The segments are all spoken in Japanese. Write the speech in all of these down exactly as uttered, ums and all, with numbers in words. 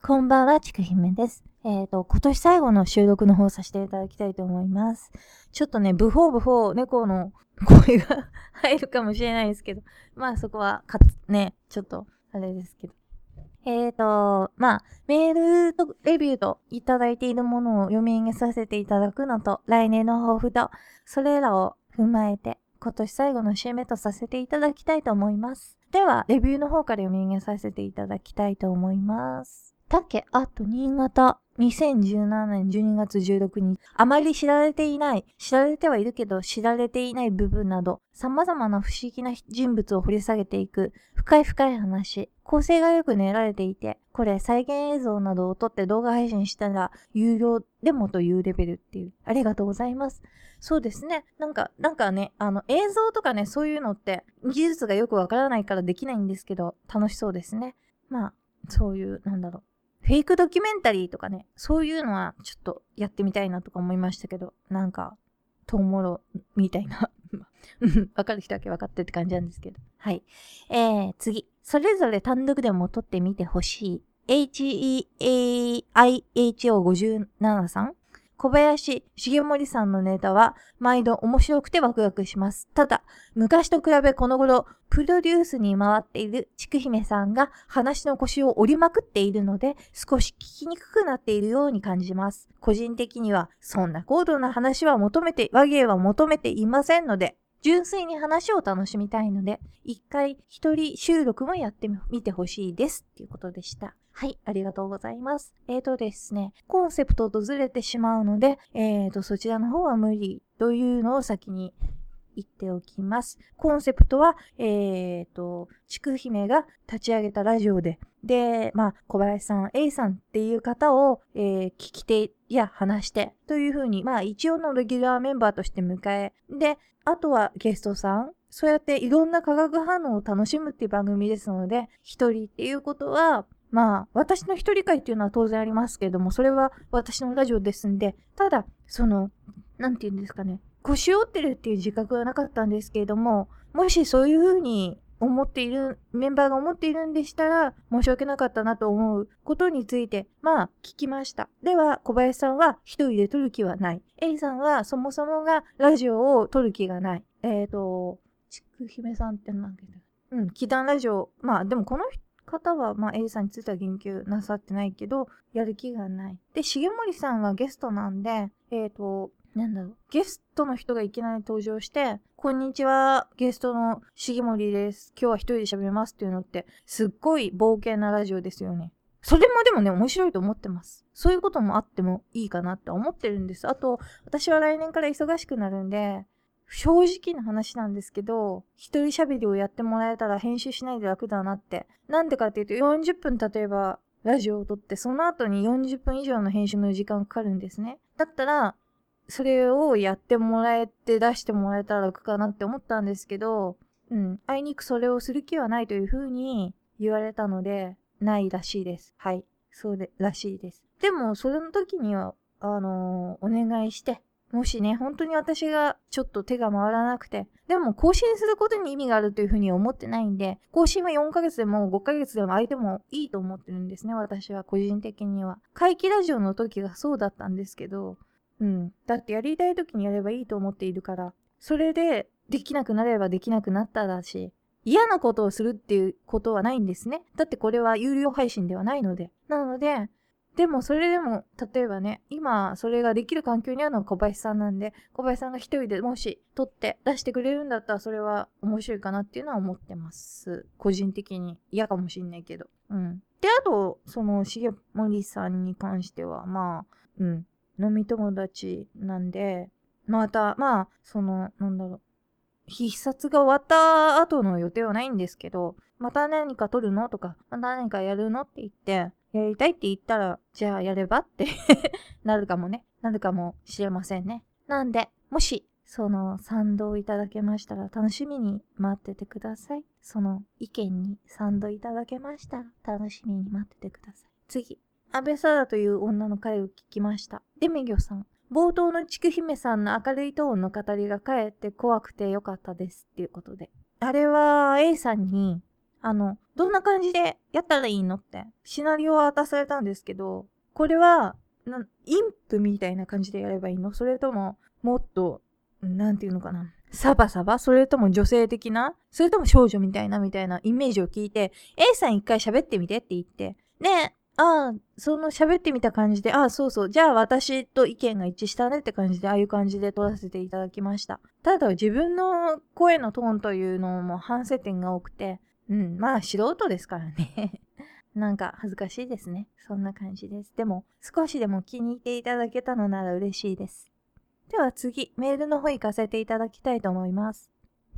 こんばんは、ちくひめです。えっと、今年最後の収録の方させていただきたいと思います。ちょっとね、ブフォーブフォー猫の声が入るかもしれないですけど、まあそこはかつ、ね、ちょっと、あれですけど。えっと、まあ、メールとレビューといただいているものを読み上げさせていただくのと、来年の抱負と、それらを踏まえて、今年最後の締めとさせていただきたいと思います。では、レビューの方から読み上げさせていただきたいと思います。竹あと新潟にせんじゅうななねんじゅうにがつじゅうろくにち、あまり知られていない、知られてはいるけど知られていない部分など、様々な不思議な人物を掘り下げていく、深い深い話、構成がよく練られていて、これ再現映像などを撮って動画配信したら有料でもというレベルっていう。ありがとうございます。そうですね。なんか、なんかね、あの映像とかね、そういうのって技術がよくわからないからできないんですけど、楽しそうですね。まあ、そういう、なんだろう。フェイクドキュメンタリーとかね、そういうのはちょっとやってみたいなとか思いましたけど、なんか、トウモロみたいな。わかる人だけわかってって感じなんですけど。はい。えー、次。それぞれ単独でも撮ってみてほしい。エイチイーエーアイエイチオーごじゅうなな さん。小林重森さんのネタは毎度面白くてワクワクします。ただ、昔と比べこの頃、プロデュースに回っているちくひめさんが話の腰を折りまくっているので、少し聞きにくくなっているように感じます。個人的には、そんな高度な話は求めて、和芸は求めていませんので、純粋に話を楽しみたいので、一回一人収録もやってみてほしいです。ということでした。はい、ありがとうございます。えーとですね、コンセプトとずれてしまうので、えーと、そちらの方は無理というのを先に言っておきます。コンセプトは、えーと、ちくひめが立ち上げたラジオで、で、まあ、小林さん、A さんっていう方を、えー、聞き手や話してというふうに、まあ、一応のレギュラーメンバーとして迎え、で、あとはゲストさん、そうやっていろんな化学反応を楽しむっていう番組ですので、一人っていうことは、まあ、私の一人会っていうのは当然ありますけれども、それは私のラジオですんで、ただ、その、なんて言うんですかね、腰を折ってるっていう自覚はなかったんですけれども、もしそういうふうに思っている、メンバーが思っているんでしたら、申し訳なかったなと思うことについて、まあ、聞きました。では、小林さんは一人で撮る気はない。A さんはそもそもがラジオを撮る気がない。えっと、ちくひめさんってなんだっけど、うん、祈願ラジオ、まあ、でもこの方は、まあ、A さんについては言及なさってないけど、やる気がない。で、重森さんはゲストなんで、えっと、なんだろう、ゲストの人がいきなり登場して、こんにちは、ゲストの重森です。今日は一人で喋りますっていうのって、すっごい冒険なラジオですよね。それもでもね、面白いと思ってます。そういうこともあってもいいかなって思ってるんです。あと、私は来年から忙しくなるんで、正直な話なんですけど、一人喋りをやってもらえたら編集しないで楽だなって。なんでかっていうと、よんじゅっぷん例えば、ラジオを撮って、その後によんじゅっぷん以上の編集の時間かかるんですね。だったら、それをやってもらえて出してもらえたら楽かなって思ったんですけど、うん。あいにくそれをする気はないというふうに言われたので、ないらしいです。はい。そうで、らしいです。でも、それの時には、あのー、お願いして、もしね、本当に私がちょっと手が回らなくて、でも更新することに意味があるというふうに思ってないんで、更新はよんかげつでもごかげつでも空いてもいいと思ってるんですね、私は個人的には。怪奇ラジオの時がそうだったんですけど、うん。だってやりたい時にやればいいと思っているから、それでできなくなればできなくなっただし、嫌なことをするっていうことはないんですね。だってこれは有料配信ではないので。なので、でもそれでも、例えばね、今それができる環境にあるのは小林さんなんで、小林さんが一人でもし撮って出してくれるんだったらそれは面白いかなっていうのは思ってます。個人的に。嫌かもしんないけど。うん。で、あと、その、重森さんに関しては、まあ、うん。飲み友達なんで、また、まあ、その、なんだろう。必殺が終わった後の予定はないんですけど、また何か撮るのとか、また何かやるのって言って、やりたいって言ったら、じゃあやればってなるかもね。なるかもしれませんね。なんで、もし、その賛同いただけましたら楽しみに待っててください。その意見に賛同いただけましたら楽しみに待っててください。次。安倍サラという女の回を聞きました。デミギョさん。冒頭のちくひめさんの明るいトーンの語りがかえって怖くてよかったですっていうことで。あれは A さんにあの、どんな感じでやったらいいのって、シナリオを渡されたんですけど、これは、なインプみたいな感じでやればいいの？それとも、もっと、なんていうのかな。サバサバ？それとも女性的な？それとも少女みたいなみたいなイメージを聞いて、A さん一回喋ってみてって言って、で、ああ、その喋ってみた感じで、ああ、そうそう、じゃあ私と意見が一致したねって感じで、ああいう感じで撮らせていただきました。ただ自分の声のトーンというのも反省点が多くて、うん、まあ素人ですからね。なんか恥ずかしいですね。そんな感じです。でも、少しでも気に入っていただけたのなら嬉しいです。では次、メールの方行かせていただきたいと思います。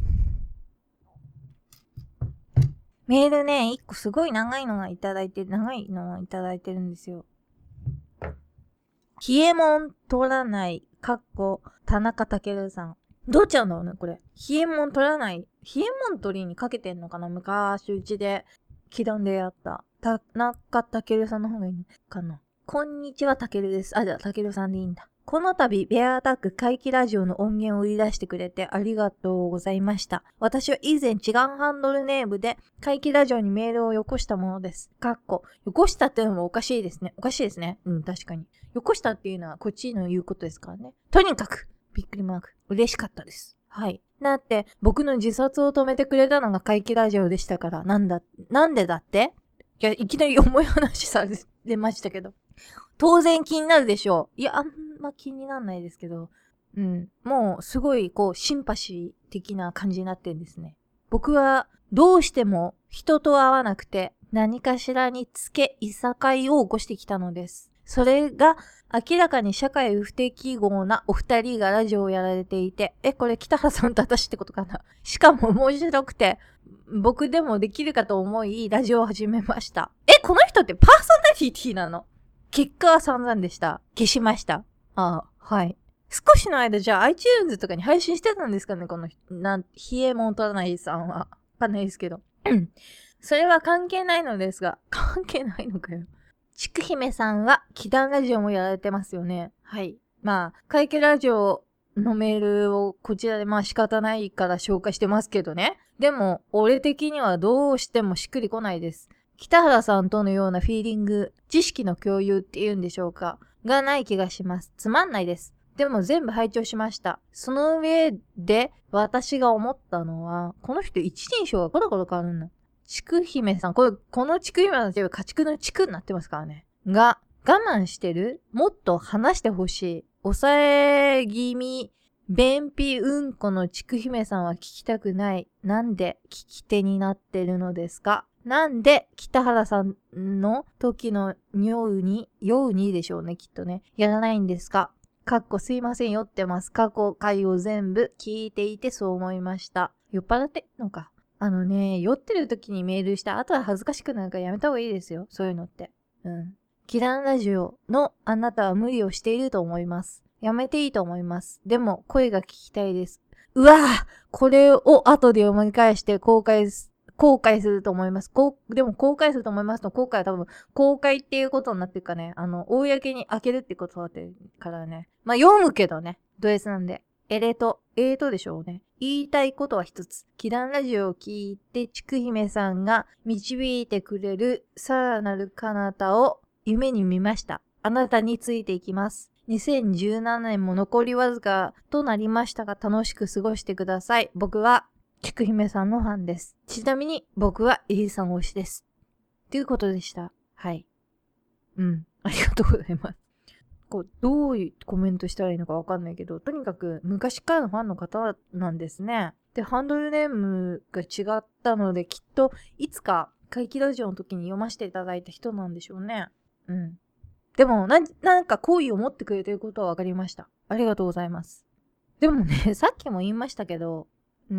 メールね、一個すごい長いのがいただいて、長いのがいただいてるんですよ。冷えもん取らない、かっこ、田中健さん。どうちゃうんだろうね、これ。冷えもん取らない。冷えもん取りにかけてんのかな？昔うちで、気団でやった。田中健さんの方がいいのかな？こんにちは、健です。あ、じゃあ、健さんでいいんだ。この度、ベアアタック怪奇ラジオの音源を売り出してくれてありがとうございました。私は以前違うハンドルネームで怪奇ラジオにメールをよこしたものです。かっこ。よこしたっていうのもおかしいですね。おかしいですね。うん、確かに。よこしたっていうのはこっちの言うことですからね。とにかく、びっくりマーク。嬉しかったです。はい。だって、僕の自殺を止めてくれたのが怪奇ラジオでしたから、なんだ、なんでだって？いや、いきなり重い話されましたけど。当然気になるでしょう。いや、あんま気にならないですけど。うん。もう、すごい、こう、シンパシー的な感じになってるんですね。僕は、どうしても人と会わなくて、何かしらにつけ、いさかいを起こしてきたのです。それが、明らかに社会不適合なお二人がラジオをやられていて、え、これ北原さんと私ってことかな。しかも面白くて、僕でもできるかと思い、ラジオを始めました。え、この人ってパーソナリティなの？結果は散々でした。消しました。ああ、はい。少しの間、じゃあ iTunes とかに配信してたんですかね、この人。なん、冷えもん取らないさんは。わかんないですけど。それは関係ないのですが、関係ないのかよ。ちくひめさんは、祈願ラジオもやられてますよね。はい。まあ、怪奇ラジオのメールをこちらでまあ仕方ないから紹介してますけどね。でも、俺的にはどうしてもしっくりこないです。北原さんとのようなフィーリング、知識の共有っていうんでしょうか。がない気がします。つまんないです。でも全部拝聴しました。その上で、私が思ったのは、この人一人称がコロコロ変わるんだ。ちくひめさん、これ、このちくひめさんといえば家畜のちくになってますからね。が、我慢してる？もっと話してほしい。抑え気味、便秘うんこのちくひめさんは聞きたくない。なんで聞き手になってるのですか？なんで北原さんの時のように、ようにでしょうね、きっとね。やらないんですか？かっこすいません、酔ってます。過去回を全部聞いていてそう思いました。酔っ払ってんのか。あのね、酔ってる時にメールした後は恥ずかしくなるからやめた方がいいですよ。そういうのって。うん。キランラジオのあなたは無理をしていると思います。やめていいと思います。でも、声が聞きたいです。うわぁこれを後で読み返して公開す、後悔すると思います。こう、でも公開すると思いますと、後悔は多分、公開っていうことになってるかね。あの、公に開けるってことになってるからね。まあ、読むけどね。ド S なんで。エレと、エーとでしょうね。言いたいことは一つ。キランラジオを聞いて、ちくひめさんが導いてくれるさらなる彼方を夢に見ました。あなたについていきます。にせんじゅうななねんも残りわずかとなりましたが、楽しく過ごしてください。僕は、ちくひめさんのファンです。ちなみに、僕はエリさん推しです。ということでした。はい。うん。ありがとうございます。こう、どういうコメントしたらいいのかわかんないけど、とにかく昔からのファンの方なんですね。で、ハンドルネームが違ったので、きっといつか怪奇ラジオの時に読ませていただいた人なんでしょうね。うん。でも、な、なんか好意を持ってくれてることはわかりました。ありがとうございます。でもね、さっきも言いましたけど、うん。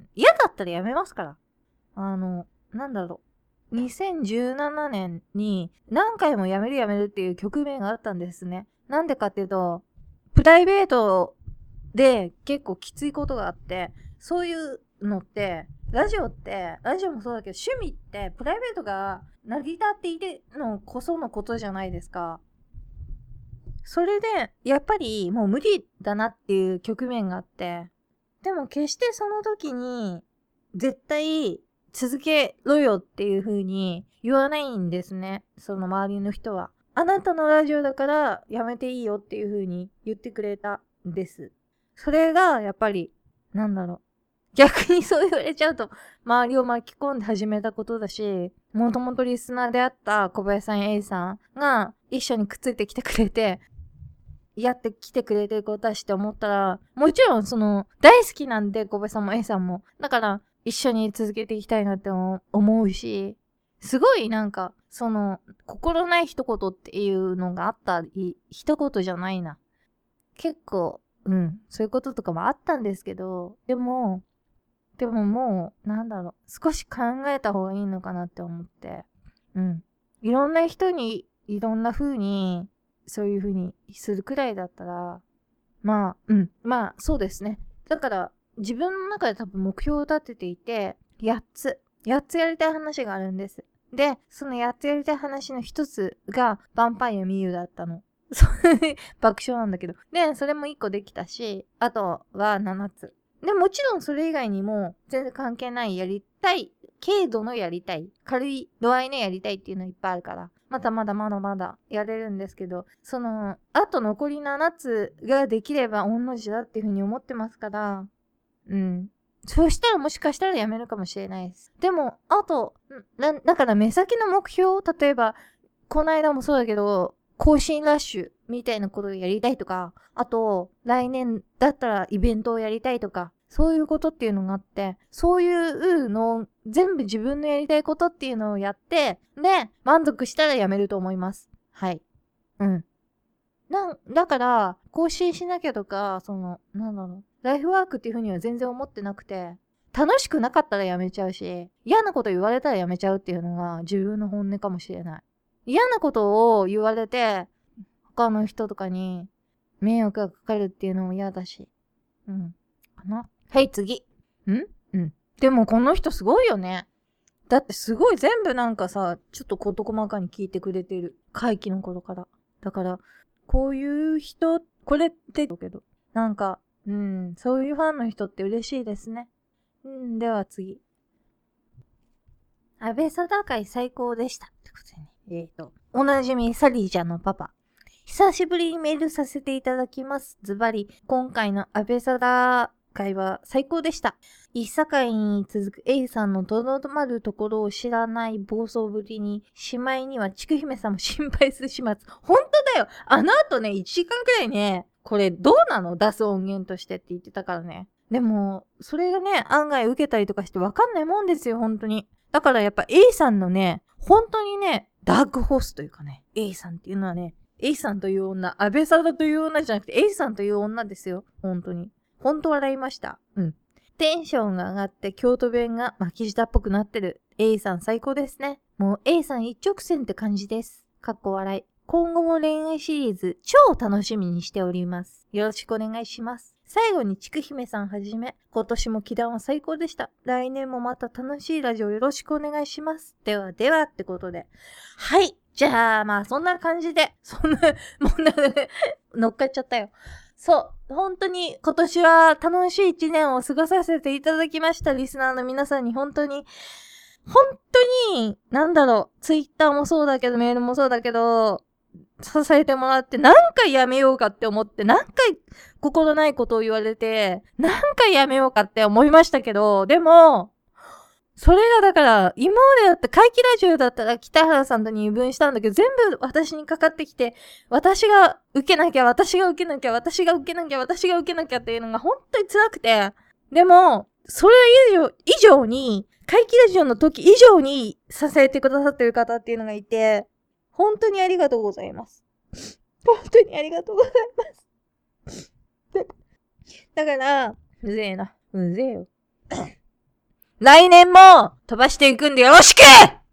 嫌だったらやめますから。あの、なんだろう。にせんじゅうななねんに何回もやめるやめるっていう局面があったんですね。なんでかっていうと、プライベートで結構きついことがあって、そういうのって、ラジオって、ラジオもそうだけど、趣味ってプライベートが成り立っていてのこそのことじゃないですか。それで、やっぱりもう無理だなっていう局面があって、でも決してその時に、絶対続けろよっていう風に言わないんですね。その周りの人は。あなたのラジオだからやめていいよっていう風に言ってくれたんです。それがやっぱり、なんだろう。逆にそう言われちゃうと、周りを巻き込んで始めたことだし、もともとリスナーであった小林さん A さんが一緒にくっついてきてくれて、やってきてくれてることだしって思ったら、もちろんその、大好きなんで小林さんも A さんも。だから、一緒に続けていきたいなって思うし、すごいなんか、その、心ない一言っていうのがあったり、一言じゃないな。結構、うん、そういうこととかもあったんですけど、でも、でももう、なんだろう、少し考えた方がいいのかなって思って、うん。いろんな人に、いろんな風に、そういう風にするくらいだったら、まあ、うん、まあ、そうですね。だから、自分の中で多分目標を立てていて、やっつ、やっつやりたい話があるんです。で、そのやっつやりたい話の一つが、ヴァンパイアミユだったの。爆笑なんだけど。で、それも一個できたし、あとは七つ。で、もちろんそれ以外にも、全然関係ないやりたい、軽度のやりたい、軽い度合いのやりたいっていうのいっぱいあるから、まだまだまだまだやれるんですけど、その、あと残りななつができれば御の字だっていうふうに思ってますから、うん。そうしたらもしかしたらやめるかもしれないです。でも、あと、な、だから目先の目標、例えば、この間もそうだけど、更新ラッシュみたいなことをやりたいとか、あと、来年だったらイベントをやりたいとか、そういうことっていうのがあって、そういうのを全部自分のやりたいことっていうのをやって、で、満足したらやめると思います。はい。うん。な、だから、更新しなきゃとか、その、なんだろう、ライフワークっていう風には全然思ってなくて、楽しくなかったらやめちゃうし、嫌なこと言われたらやめちゃうっていうのが自分の本音かもしれない。嫌なことを言われて、他の人とかに迷惑がかかるっていうのも嫌だし。うん。かな。はい、次。んうん。でもこの人すごいよね。だってすごい全部なんかさ、ちょっと事細かに聞いてくれてる。会期の頃から。だから、こういう人、これってだけど、なんか、うん、そういうファンの人って嬉しいですね。うん、では次。安倍貞会最高でした。ってことでね。えっ、ー、と、おなじみサリーちゃんのパパ。久しぶりにメールさせていただきます。ズバリ、今回の安倍貞会は最高でした。一茶会に続く A さんのとどまるところを知らない暴走ぶりに、しまいにはちくひめさんも心配する始末。本当だよ。あの後ね、いちじかんくらいね、これどうなの？出す音源としてって言ってたからね。でも、それがね、案外受けたりとかしてわかんないもんですよ、本当に。だからやっぱ A さんのね、本当にね、ダークホースというかね、A さんっていうのはね、A さんという女、安倍貞という女じゃなくて A さんという女ですよ。本当に。本当笑いました。うん。テンションが上がって京都弁が巻き舌っぽくなってる。A さん最高ですね。もう A さん一直線って感じです。かっこ笑い。今後も恋愛シリーズ超楽しみにしております。よろしくお願いします。最後にちくひめさんはじめ、今年も祈願は最高でした。来年もまた楽しいラジオよろしくお願いします。ではではってことで。はい。じゃあ、まあそんな感じで、そんな、もうな、乗っかっちゃったよ。そう。本当に今年は楽しい一年を過ごさせていただきました。リスナーの皆さんに本当に、本当に、なんだろう、ツイッターもそうだけど、メールもそうだけど、支えてもらって、何回やめようかって思って、何回心ないことを言われて、何回やめようかって思いましたけど、でも、それがだから、今までだった怪奇ラジオだったら北原さんと二分したんだけど、全部私にかかってきて、私が受けなきゃ、私が受けなきゃ、私が受けなきゃ、私が受けなきゃっていうのが本当に辛くて。でも、それ以上、以上に、怪奇ラジオの時以上に支えてくださってる方っていうのがいて、本当にありがとうございます。本当にありがとうございます。だから、うぜえな。うぜえよ。来年も飛ばしていくんでよろしく